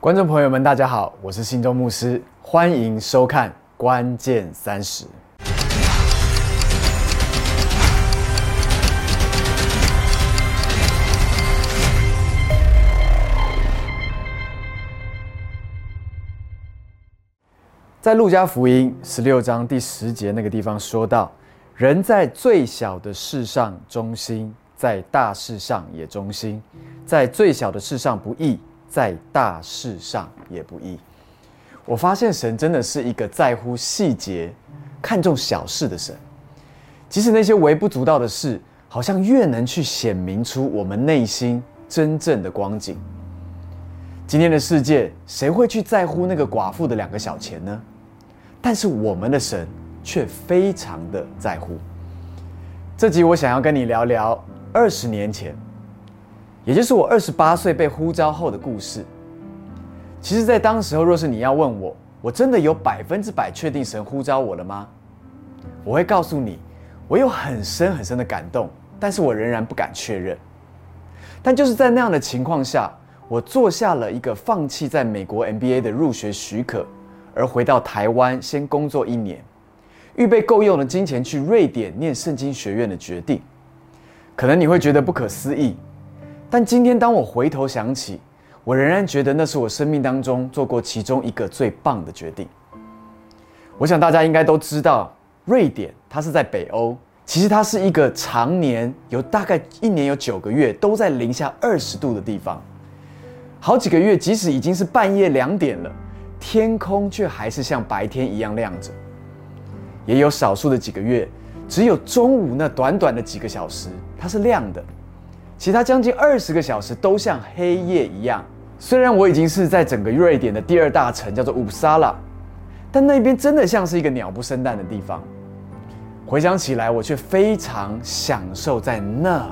观众朋友们，大家好，我是信中牧师，欢迎收看《关键30》。在路加福音16章第10节那个地方说到，人在最小的事上忠心，在大事上也忠心；在最小的事上不义，在大事上也不义。我发现神真的是一个在乎细节、看重小事的神。即使那些微不足道的事，好像越能去显明出我们内心真正的光景。今天的世界，谁会去在乎那个寡妇的2个小钱呢？但是我们的神却非常的在乎。这集我想要跟你聊聊20年前，也就是我28岁被呼召后的故事。其实在当时候，若是你要问我，我真的有100%确定神呼召我了吗？我会告诉你，我有很深很深的感动，但是我仍然不敢确认。但就是在那样的情况下，我做下了一个放弃在美国 MBA 的入学许可，而回到台湾先工作1年，预备够用的金钱去瑞典念圣经学院的决定。可能你会觉得不可思议，但今天当我回头想起，我仍然觉得那是我生命当中做过其中一个最棒的决定。我想大家应该都知道，瑞典它是在北欧，其实它是一个常年有大概1年有9个月都在零下20度的地方。好几个月，即使已经是半夜2点了，天空却还是像白天一样亮着。也有少数的几个月，只有中午那短短的几个小时它是亮的，其他将近20个小时都像黑夜一样。虽然我已经是在整个瑞典的第2大城，叫做乌萨拉，但那边真的像是一个鸟不生蛋的地方。回想起来，我却非常享受在那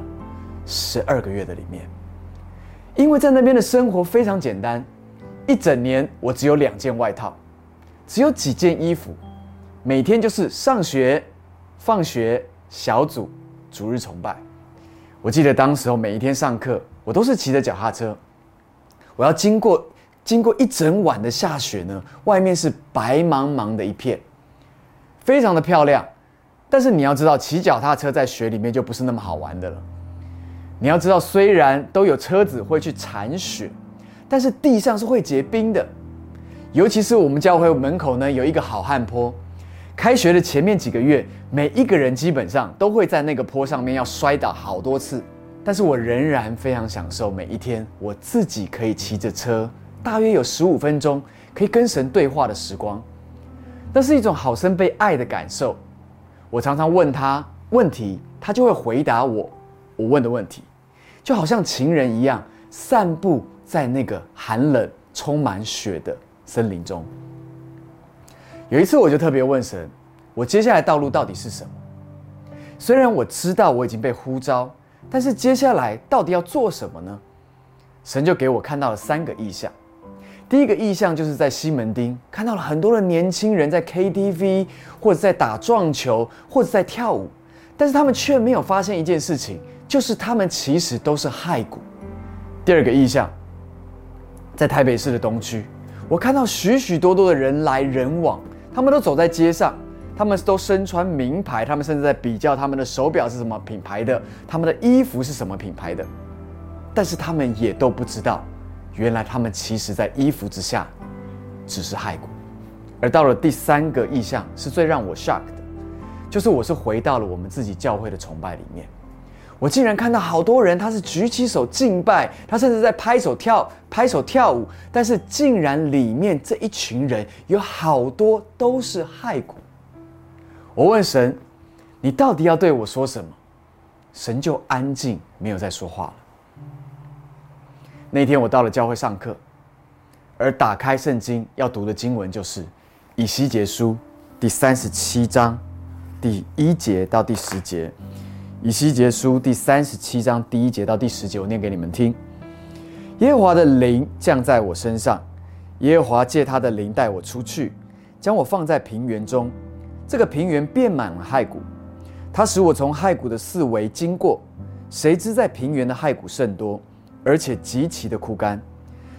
12个月的里面，因为在那边的生活非常简单，一整年我只有2件外套，只有几件衣服，每天就是上学、放学、小组、主日崇拜。我记得当时候每一天上课，我都是骑着脚踏车，我要经过一整晚的下雪呢，外面是白茫茫的一片，非常的漂亮。但是你要知道，骑脚踏车在雪里面就不是那么好玩的了。你要知道，虽然都有车子会去铲雪，但是地上是会结冰的。尤其是我们教会门口呢有一个好汉坡，开学的前面几个月，每一个人基本上都会在那个坡上面要摔倒好多次。但是我仍然非常享受每一天我自己可以骑着车，大约有15分钟可以跟神对话的时光。那是一种好生被爱的感受。我常常问他问题，他就会回答我问的问题，就好像情人一样，散步在那个寒冷充满雪的森林中。有一次我就特别问神，我接下来的道路到底是什么？虽然我知道我已经被呼召，但是接下来到底要做什么呢？神就给我看到了3个异象。第一个异象就是在西门町看到了很多的年轻人在 KTV 或者在打撞球或者在跳舞，但是他们却没有发现一件事情，就是他们其实都是骸骨。第2个异象，在台北市的东区，我看到许许多多的人来人往，他们都走在街上，他们都身穿名牌，他们甚至在比较他们的手表是什么品牌的，他们的衣服是什么品牌的，但是他们也都不知道，原来他们其实在衣服之下只是骸骨。而到了第3个异象，是最让我 shock 的，就是我是回到了我们自己教会的崇拜里面，我竟然看到好多人，他是举起手敬拜，他甚至在拍手跳舞，但是竟然里面这一群人有好多都是骸骨。我问神，你到底要对我说什么？神就安静，没有再说话了。那天我到了教会上课，而打开圣经要读的经文就是以西结书第37章第1节到第10节。以西结书第37章第1节到第10节，我念给你们听。耶和华的灵降在我身上，耶和华借他的灵带我出去，将我放在平原中，这个平原遍满了骸骨。他使我从骸骨的四围经过，谁知在平原的骸骨甚多，而且极其的枯干。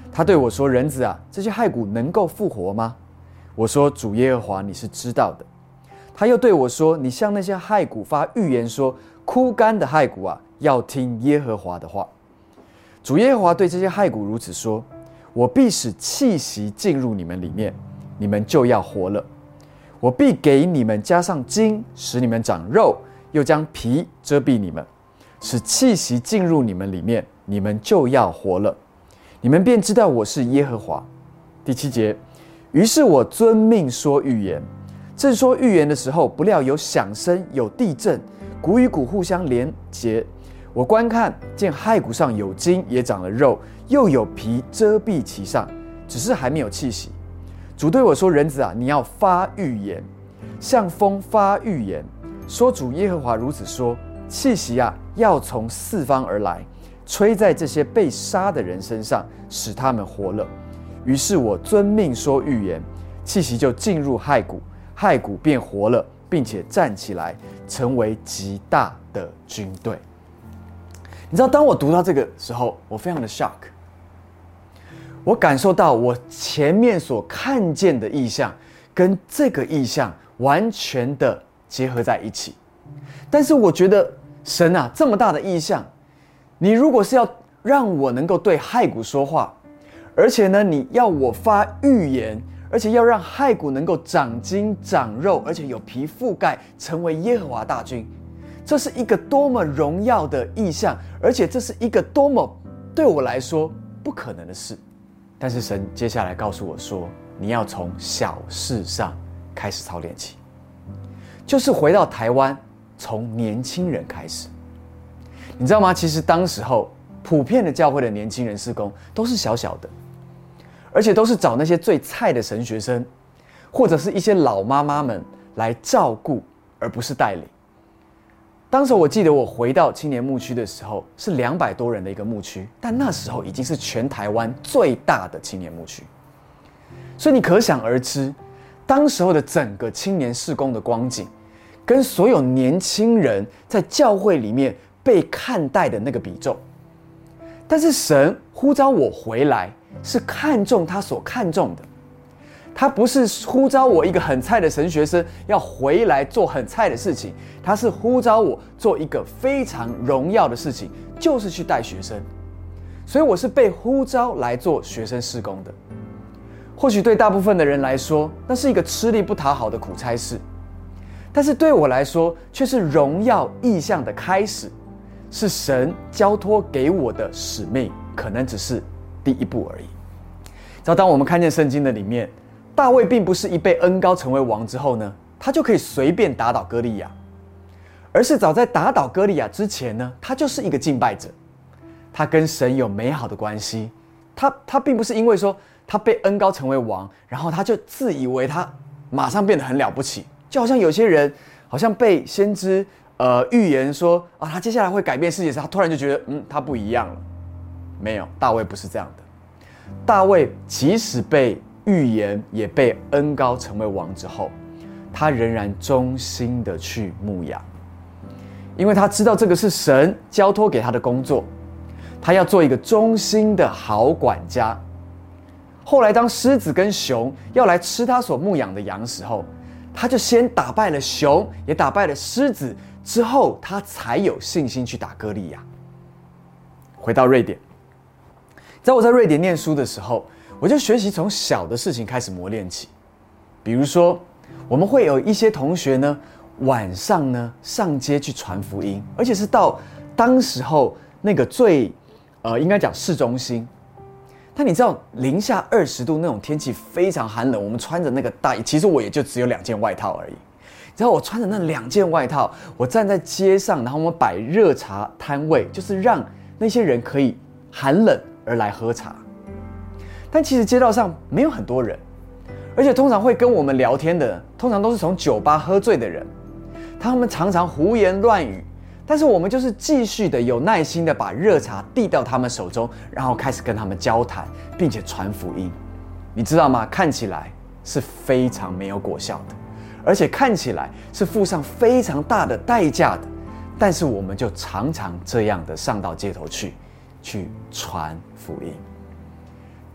他对我说：人子啊，这些骸骨能够复活吗？我说：主耶和华，你是知道的。他又对我说：你向那些骸骨发预言说，枯干的骸骨啊，要听耶和华的话。主耶和华对这些骸骨如此说：我必使气息进入你们里面，你们就要活了。我必给你们加上筋，使你们长肉，又将皮遮蔽你们，使气息进入你们里面，你们就要活了。你们便知道我是耶和华。第7节，于是我遵命说预言。正说预言的时候，不料有响声，有地震，骨与骨互相连结。我观看，见骸骨上有筋，也长了肉，又有皮遮蔽其上，只是还没有气息。主对我说：人子啊，你要发预言，向风发预言，说主耶和华如此说：气息啊，要从四方而来，吹在这些被杀的人身上，使他们活了。于是我遵命说预言，气息就进入骸骨，骸骨便活了，并且站起来，成为极大的军队。你知道，当我读到这个时候，我非常的 shock。我感受到我前面所看见的意象，跟这个意象完全的结合在一起。但是我觉得神啊，这么大的意象，你如果是要让我能够对骸骨说话，而且呢，你要我发预言，而且要让骸骨能够长筋长肉，而且有皮覆盖，成为耶和华大军，这是一个多么荣耀的意象，而且这是一个多么对我来说不可能的事。但是神接下来告诉我说，你要从小事上开始操练起，就是回到台湾，从年轻人开始。你知道吗？其实当时候普遍的教会的年轻人事工都是小小的，而且都是找那些最菜的神学生，或者是一些老妈妈们来照顾，而不是带领。当时我记得我回到青年牧区的时候，是200多人的一个牧区，但那时候已经是全台湾最大的青年牧区。所以你可想而知，当时候的整个青年事工的光景，跟所有年轻人在教会里面被看待的那个比重。但是神呼召我回来，是看重他所看重的。他不是呼召我一个很菜的神学生要回来做很菜的事情，他是呼召我做一个非常荣耀的事情，就是去带学生。所以我是被呼召来做学生事工的。或许对大部分的人来说，那是一个吃力不讨好的苦差事，但是对我来说，却是荣耀异象的开始，是神交托给我的使命，可能只是第一步而已。当我们看见圣经的里面，大卫并不是一被恩膏成为王之后呢，他就可以随便打倒歌利亚，而是早在打倒歌利亚之前呢，他就是一个敬拜者，他跟神有美好的关系。他并不是因为说他被恩膏成为王，然后他就自以为他马上变得很了不起，就好像有些人好像被先知预言说啊，他接下来会改变世界时，他突然就觉得他不一样了。没有，大卫不是这样的。大卫即使被预言也被恩膏成为王之后，他仍然忠心的去牧羊，因为他知道这个是神交托给他的工作，他要做一个忠心的好管家。后来当狮子跟熊要来吃他所牧养的羊时候，他就先打败了熊，也打败了狮子，之后他才有信心去打歌利亚。回到瑞典，在我在瑞典念书的时候，我就学习从小的事情开始磨练起。比如说，我们会有一些同学呢，晚上呢上街去传福音，而且是到当时候那个最应该讲市中心。但你知道零下20度那种天气非常寒冷，我们穿着那个大衣，其实我也就只有2件外套而已。你知道我穿着那2件外套，我站在街上，然后我们摆热茶摊位，就是让那些人可以寒冷而来喝茶。但其实街道上没有很多人，而且通常会跟我们聊天的，通常都是从酒吧喝醉的人，他们常常胡言乱语，但是我们就是继续的有耐心的把热茶递到他们手中，然后开始跟他们交谈，并且传福音。你知道吗？看起来是非常没有果效的，而且看起来是付上非常大的代价的，但是我们就常常这样的上到街头去传福音。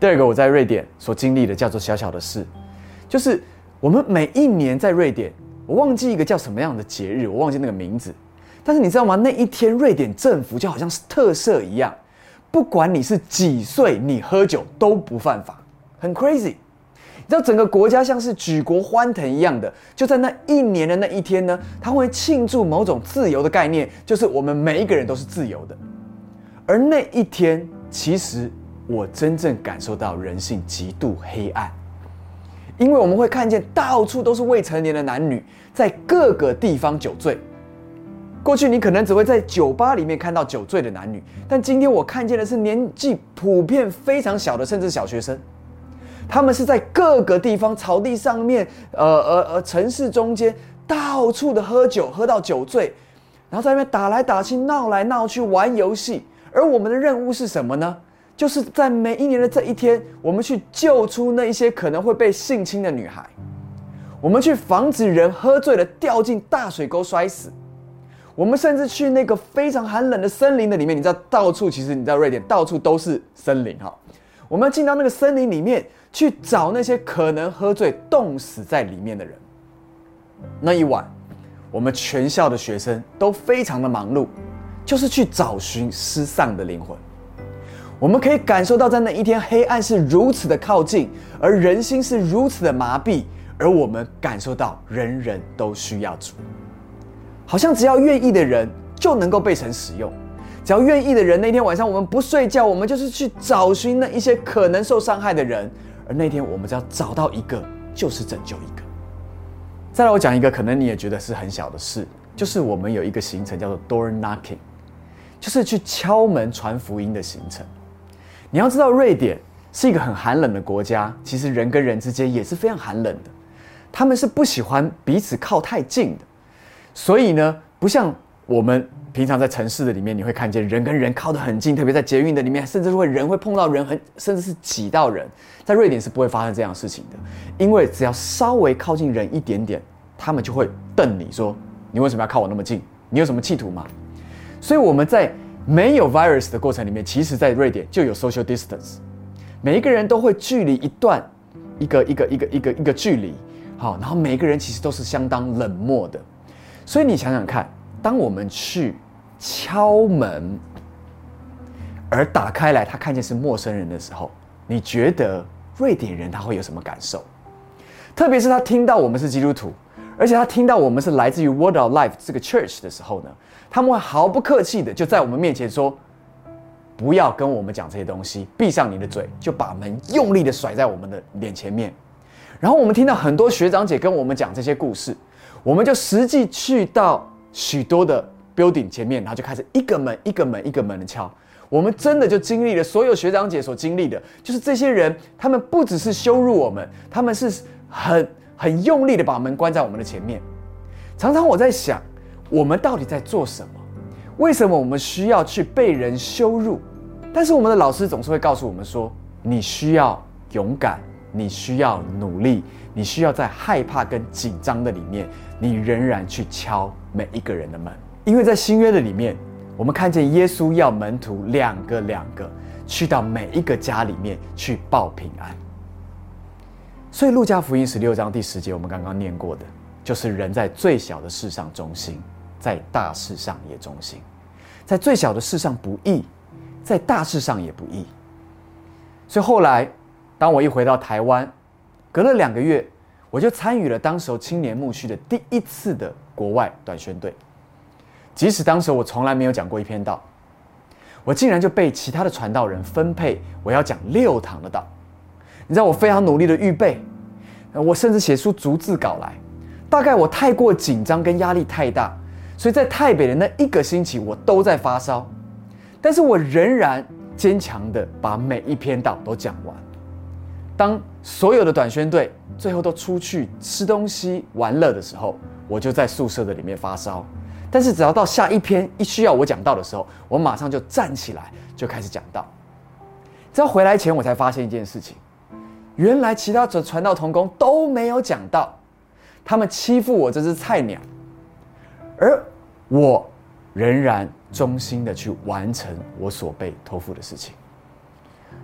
第二个我在瑞典所经历的叫做小小的事，就是我们每一年在瑞典，我忘记一个叫什么样的节日，我忘记那个名字，但是你知道吗？那一天瑞典政府就好像是特赦一样，不管你是几岁，你喝酒都不犯法，很 crazy。你知道整个国家像是举国欢腾一样的，就在那一年的那一天呢，它会庆祝某种自由的概念，就是我们每一个人都是自由的。而那一天，其实我真正感受到人性极度黑暗，因为我们会看见到处都是未成年的男女在各个地方酒醉。过去你可能只会在酒吧里面看到酒醉的男女，但今天我看见的是年纪普遍非常小的，甚至小学生。他们是在各个地方草地上面，城市中间到处的喝酒，喝到酒醉，然后在那边打来打去，闹来闹去，玩游戏。而我们的任务是什么呢？就是在每一年的这一天，我们去救出那一些可能会被性侵的女孩，我们去防止人喝醉了掉进大水沟摔死。我们甚至去那个非常寒冷的森林的里面，你知道到处，其实你知道瑞典到处都是森林哈。我们要进到那个森林里面去找那些可能喝醉冻死在里面的人。那一晚，我们全校的学生都非常的忙碌，就是去找寻失丧的灵魂。我们可以感受到，在那一天，黑暗是如此的靠近，而人心是如此的麻痹，而我们感受到人人都需要主，好像只要愿意的人就能够被神使用。只要愿意的人，那天晚上我们不睡觉，我们就是去找寻那一些可能受伤害的人，而那天我们只要找到一个，就是拯救一个。再来，我讲一个可能你也觉得是很小的事，就是我们有一个行程叫做 door knocking， 就是去敲门传福音的行程。你要知道，瑞典是一个很寒冷的国家，其实人跟人之间也是非常寒冷的，他们是不喜欢彼此靠太近的，所以呢，不像我们平常在城市的里面，你会看见人跟人靠得很近，特别在捷运的里面，甚至人会碰到人，甚至是挤到人。在瑞典是不会发生这样的事情的，因为只要稍微靠近人一点点，他们就会瞪你说：“你为什么要靠我那么近？你有什么企图吗？”所以我们在没有 virus 的过程里面，其实在瑞典就有 social distance， 每一个人都会距离一段一个距离，好，然后每一个人其实都是相当冷漠的。所以你想想看，当我们去敲门，而打开来，他看见是陌生人的时候，你觉得瑞典人他会有什么感受？特别是他听到我们是基督徒，而且他听到我们是来自于 Word of Life 这个 church 的时候呢，他们会毫不客气的就在我们面前说：“不要跟我们讲这些东西，闭上你的嘴。”就把门用力的甩在我们的脸前面。然后我们听到很多学长姐跟我们讲这些故事，我们就实际去到许多的 building 前面，然后就开始一个门一个门一个门的敲。我们真的就经历了所有学长姐所经历的，就是这些人，他们不只是羞辱我们，他们是很用力的把门关在我们的前面。常常我在想，我们到底在做什么？为什么我们需要去被人羞辱？但是我们的老师总是会告诉我们说，你需要勇敢，你需要努力，你需要在害怕跟紧张的里面，你仍然去敲每一个人的门。因为在新约的里面，我们看见耶稣要门徒两个去到每一个家里面去报平安。所以路加福音16章第10节我们刚刚念过的，就是人在最小的事上忠心，在大事上也忠心。在最小的事上不义，在大事上也不义。所以后来当我一回到台湾，隔了2个月，我就参与了当时青年牧区的第一次的国外短宣队。即使当时我从来没有讲过一篇道，我竟然就被其他的传道人分配我要讲6堂的道。你知道我非常努力的预备，我甚至写出逐字稿来。大概我太过紧张跟压力太大，所以在台北的那1个星期我都在发烧，但是我仍然坚强的把每一篇道都讲完。当所有的短宣队最后都出去吃东西玩乐的时候，我就在宿舍的里面发烧。但是只要到下一篇一需要我讲道的时候，我马上就站起来就开始讲道。直到回来前我才发现一件事情，原来其他传道同工都没有讲道，他们欺负我这只菜鸟，而我仍然忠心的去完成我所被托付的事情。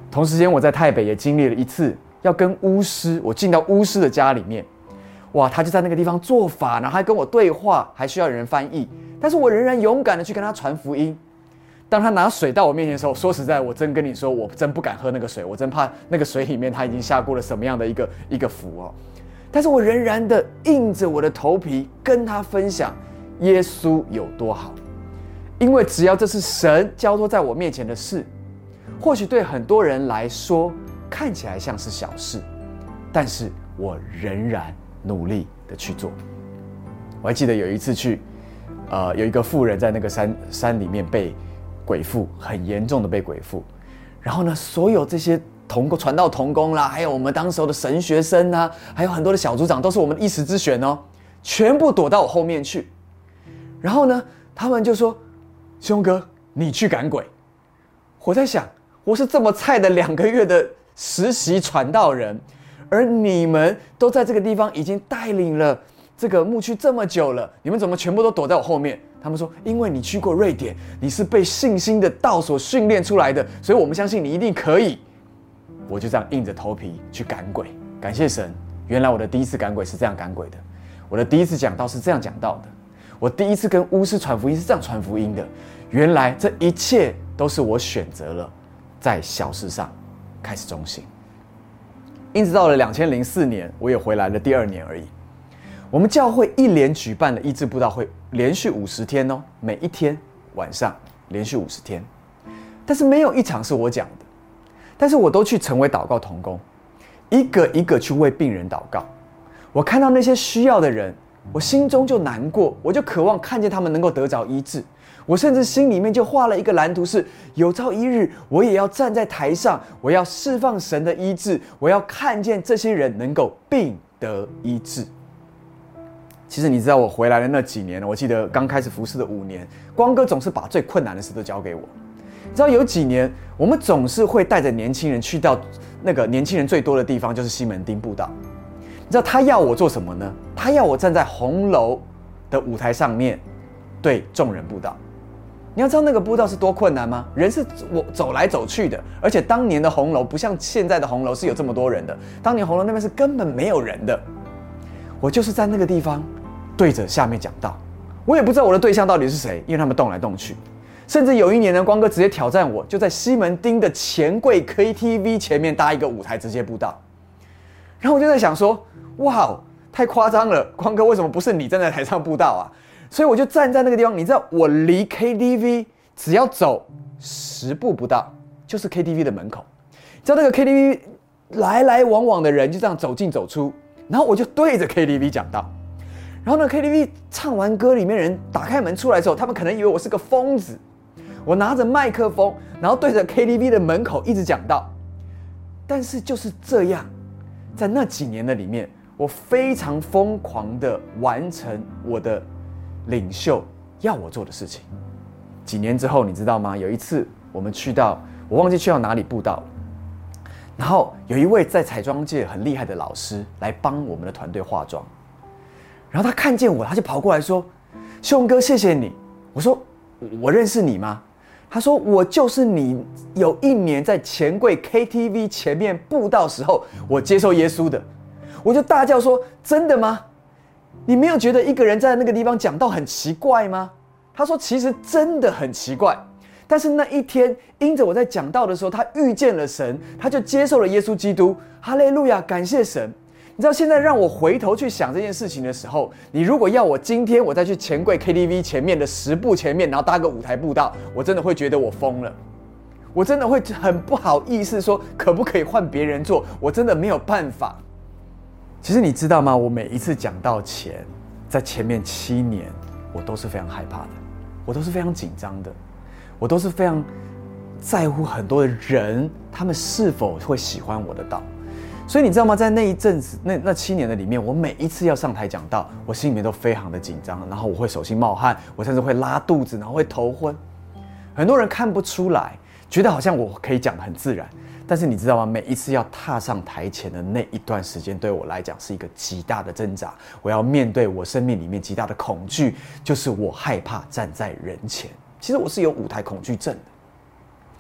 同时间我在台北也经历了一次要跟巫师，我进到巫师的家里面，哇，他就在那个地方做法，然后还跟我对话，还需要有人翻译，但是我仍然勇敢的去跟他传福音。当他拿水到我面前的时候，说实在，我真跟你说，我真不敢喝那个水，我真怕那个水里面他已经下过了什么样的一个符哦。但是我仍然的硬着我的头皮跟他分享耶稣有多好，因为只要这是神交托在我面前的事，或许对很多人来说看起来像是小事，但是我仍然努力的去做。我还记得有一次去，有一个妇人在那个山里面被鬼附，很严重的被鬼附，然后呢，所有这些传道同工啦，还有我们当时候的神学生啊，还有很多的小组长，都是我们的一时之选哦，全部躲到我后面去。然后呢，他们就说：“兄哥，你去赶鬼。”我在想，我是这么菜的2个月的实习传道人，而你们都在这个地方已经带领了这个牧区这么久了，你们怎么全部都躲在我后面？他们说：“因为你去过瑞典，你是被信心的道所训练出来的，所以我们相信你一定可以。”我就这样硬着头皮去赶鬼。感谢神，原来我的第一次赶鬼是这样赶鬼的，我的第一次讲道是这样讲道的，我第一次跟巫师传福音是这样传福音的。原来这一切都是我选择了在小事上开始忠心。一直到了2004年，我也回来了第2年而已。我们教会一连举办了医治布道会，连续50天哦，每一天晚上连续50天，但是没有一场是我讲的，但是我都去成为祷告同工，一个一个去为病人祷告。我看到那些需要的人，我心中就难过，我就渴望看见他们能够得着医治。我甚至心里面就画了一个蓝图，是有朝一日我也要站在台上，我要释放神的医治，我要看见这些人能够病得医治。其实你知道我回来的那几年，我记得刚开始服侍的5年，光哥总是把最困难的事都交给我。你知道有几年，我们总是会带着年轻人去到那个年轻人最多的地方，就是西门町布道。你知道他要我做什么呢？他要我站在红楼的舞台上面，对众人布道。你要知道那个布道是多困难吗？人是我走来走去的，而且当年的红楼不像现在的红楼是有这么多人的，当年红楼那边是根本没有人的。我就是在那个地方对着下面讲道，我也不知道我的对象到底是谁，因为他们动来动去。甚至有一年呢，光哥直接挑战我，就在西门町的钱柜 KTV 前面搭一个舞台直接布道。然后我就在想说，哇，太夸张了，光哥为什么不是你站在台上布道啊？所以我就站在那个地方，你知道我离 KTV 只要走10步不到，就是 KTV 的门口。你知道那个 KTV 来来往往的人就这样走进走出，然后我就对着 KTV 讲道。然后呢 KTV 唱完歌，里面人打开门出来之后，他们可能以为我是个疯子。我拿着麦克风，然后对着 KTV 的门口一直讲道。但是就是这样，在那几年的里面，我非常疯狂的完成我的领袖要我做的事情。几年之后，你知道吗？有一次我们去到，我忘记去到哪里布道了，然后有一位在彩妆界很厉害的老师来帮我们的团队化妆，然后他看见我，他就跑过来说：“秀哥，谢谢你。”我说：“我认识你吗？”他说：“我就是你有1年在钱柜 KTV 前面布道时候，我接受耶稣的。”我就大叫说：“真的吗？你没有觉得一个人在那个地方讲道很奇怪吗？”他说：“其实真的很奇怪。”但是那一天，因着我在讲道的时候，他遇见了神，他就接受了耶稣基督。哈利路亚，感谢神！你知道现在让我回头去想这件事情的时候，你如果要我今天我再去钱柜 KTV 前面的10步前面，然后搭个舞台布道，我真的会觉得我疯了。我真的会很不好意思说，可不可以换别人做？我真的没有办法。其实你知道吗？我每一次讲道前，在前面7年，我都是非常害怕的，我都是非常紧张的，我都是非常在乎很多的人，他们是否会喜欢我的道。所以你知道吗？在那一阵子，那7年的里面，我每一次要上台讲道，我心里面都非常的紧张，然后我会手心冒汗，我甚至会拉肚子，然后会头昏。很多人看不出来，觉得好像我可以讲得很自然，但是你知道吗？每一次要踏上台前的那一段时间，对我来讲是一个极大的挣扎。我要面对我生命里面极大的恐惧，就是我害怕站在人前。其实我是有舞台恐惧症的。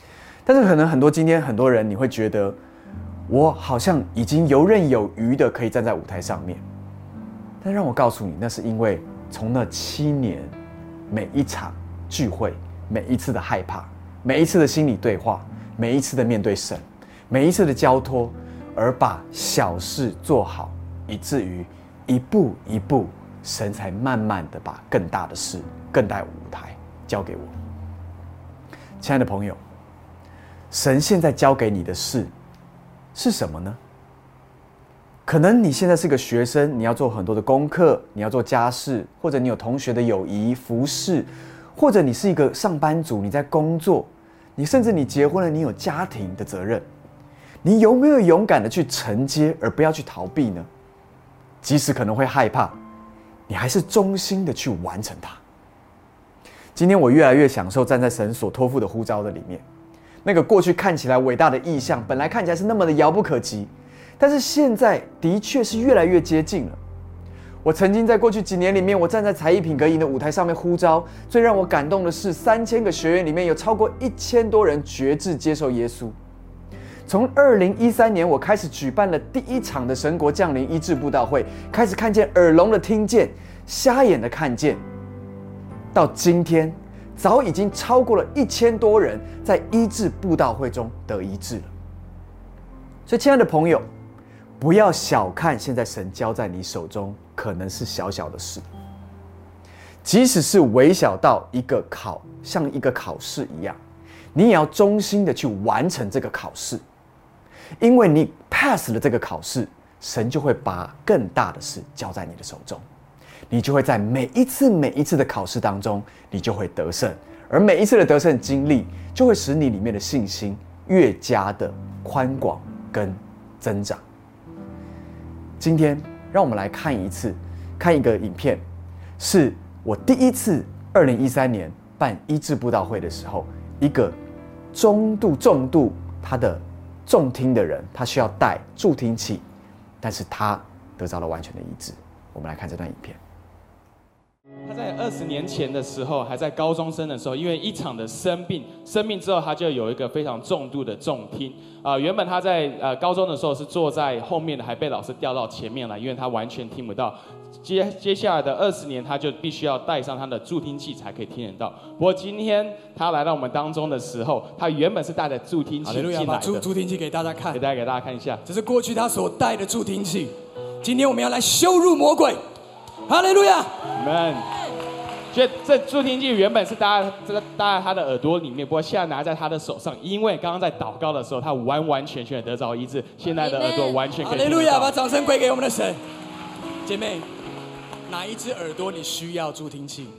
但是可能今天很多人你会觉得，我好像已经游刃有余的可以站在舞台上面。但让我告诉你，那是因为从那7年，每一场聚会，每一次的害怕，每一次的心理对话，每一次的面对神，每一次的交托，而把小事做好，以至于一步一步，神才慢慢的把更大的事、更大的舞台交给我。亲爱的朋友，神现在交给你的事是什么呢？可能你现在是个学生，你要做很多的功课，你要做家事，或者你有同学的友谊、服侍，或者你是一个上班族，你在工作，你甚至你结婚了，你有家庭的责任。你有没有勇敢的去承接，而不要去逃避呢？即使可能会害怕，你还是忠心的去完成它。今天我越来越享受站在神所托付的呼召的里面，那个过去看起来伟大的意象，本来看起来是那么的遥不可及，但是现在的确是越来越接近了。我曾经在过去几年里面，我站在才艺品格营的舞台上面呼召，最让我感动的是3000个学员里面有超过1000多人决志接受耶稣。从2013年我开始举办了第一场的神国降临医治布道会，开始看见耳聋的听见，瞎眼的看见，到今天早已经超过了1000多人在医治布道会中得医治了。所以亲爱的朋友，不要小看现在神交在你手中可能是小小的事，即使是微小到像一个考试一样，你也要忠心的去完成这个考试。因为你 pass 了这个考试，神就会把更大的事交在你的手中，你就会在每一次的考试当中，你就会得胜，而每一次的得胜经历，就会使你里面的信心越加的宽广跟增长。今天让我们来看一个影片，是我第一次2013年办医治布道会的时候，一个重度他的重听的人，他需要戴助听器，但是他得到了完全的医治。我们来看这段影片。 他在20年前的时候，还在高中生的时候，因为一场的生病之后，他就有一个非常重度的重听。原本他在高中的时候是坐在后面的，还被老师调到前面来，因为他完全听不到。接下来的20年，他就必须要带上他的助听器才可以听得到。不过今天他来到我们当中的时候，他原本是带着助听器进来的。 把助听器给大家看， 给大家看一下， 这是过去他所带的助听器。今天我们要来羞辱魔鬼，哈利路亚！ 阿们。所以这助听器原本是搭在他的耳朵里面，不过现在拿在他的手上，因为刚刚在祷告的时候，他完全的得着医治，现在的耳朵完全可以听得到。 哈利路亚！把掌声归给我们的神。姐妹，哪一只耳朵你需要助听器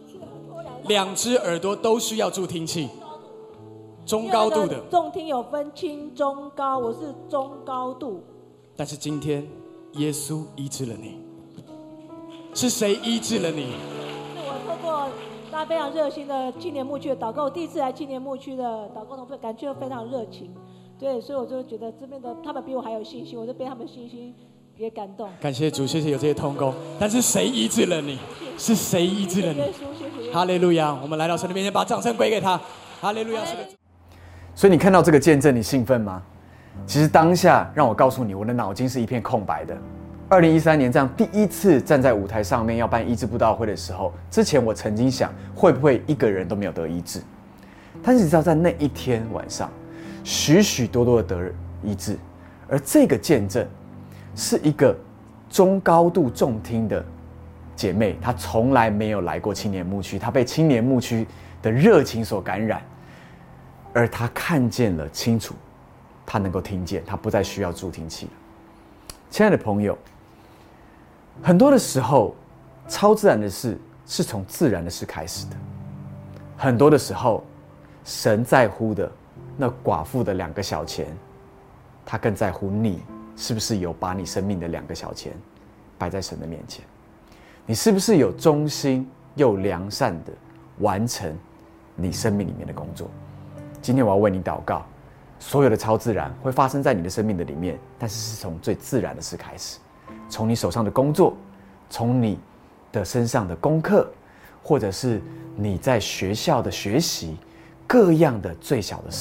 ？2只耳朵都需要助听器，中高度的。 重听有分轻、中、高，我是中高度。 但是今天耶稣医治了你，是谁医治了你？ 透过大家非常热心的青年牧区的祷告，我第一次来青年牧区的祷告同会，感觉非常热情。对，所以我就觉得这边的他们比我还有信心，我就被他们信心也感动。 感谢主，谢谢有这些同工。但是谁医治了你？是谁医治了你？哈利路亚！我们来到神的面前，把掌声归给他。哈利路亚！ 所以你看到这个见证，你兴奋吗？其实当下让我告诉你，我的脑筋是一片空白的。2013年这样第一次站在舞台上面要办医治布道会的时候，之前我曾经想会不会一个人都没有得医治，但是你知道在那一天晚上，许多的得医治，而这个见证是一个中高度重听的姐妹，她从来没有来过青年牧区，她被青年牧区的热情所感染，而她看见了清楚，她能够听见，她不再需要助听器了。亲爱的朋友，很多的时候，超自然的事是从自然的事开始的。很多的时候，神在乎的那寡妇的2个小钱，他更在乎你是不是有把你生命的2个小钱摆在神的面前，你是不是有忠心又良善的完成你生命里面的工作。今天我要为你祷告，所有的超自然会发生在你的生命的里面，但是是从最自然的事开始，从你手上的工作，从你的身上的功课，或者是你在学校的学习，各样的最小的事，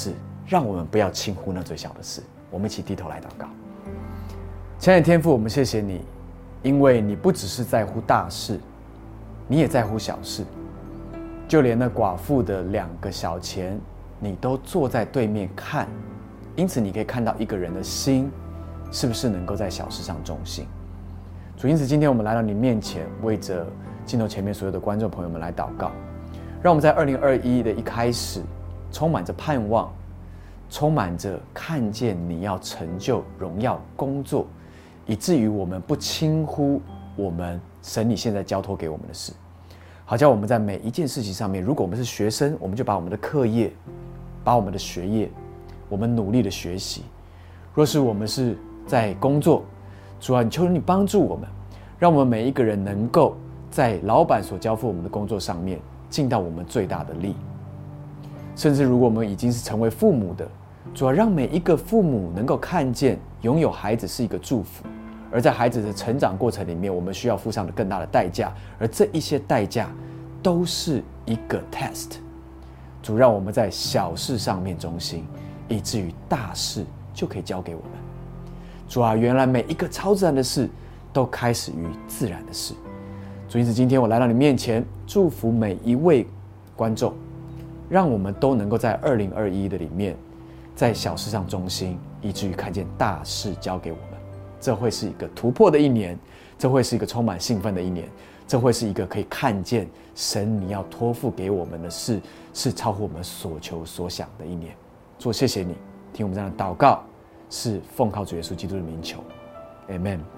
让我们不要轻忽那最小的事。我们一起低头来祷告。亲爱的天父，我们谢谢你，因为你不只是在乎大事，你也在乎小事。就连那寡妇的2个小钱，你都坐在对面看，因此你可以看到一个人的心是不是能够在小事上忠心。主，因此今天我们来到你面前，为着镜头前面所有的观众朋友们来祷告，让我们在2021的一开始充满着盼望，充满着看见你要成就荣耀工作，以至于我们不轻忽我们神你现在交托给我们的事。好叫我们在每一件事情上面，如果我们是学生，我们就把我们的课业，把我们的学业，我们努力的学习；若是我们是在工作，主啊，你求你帮助我们，让我们每一个人能够在老板所交付我们的工作上面尽到我们最大的力。甚至如果我们已经是成为父母的，主啊，让每一个父母能够看见拥有孩子是一个祝福，而在孩子的成长过程里面，我们需要付上的更大的代价，而这一些代价都是一个 test。 主，让我们在小事上面忠心，以至于大事就可以交给我们。主啊，原来每一个超自然的事都开始于自然的事。主，因此今天我来到你面前，祝福每一位观众，让我们都能够在2021的里面，在小事上忠心，以至于看见大事交给我们。这会是一个突破的一年，这会是一个充满兴奋的一年，这会是一个可以看见神你要托付给我们的事是超乎我们所求所想的一年。主，谢谢你听我们这样的祷告，是奉靠主耶稣基督的名求， Amen。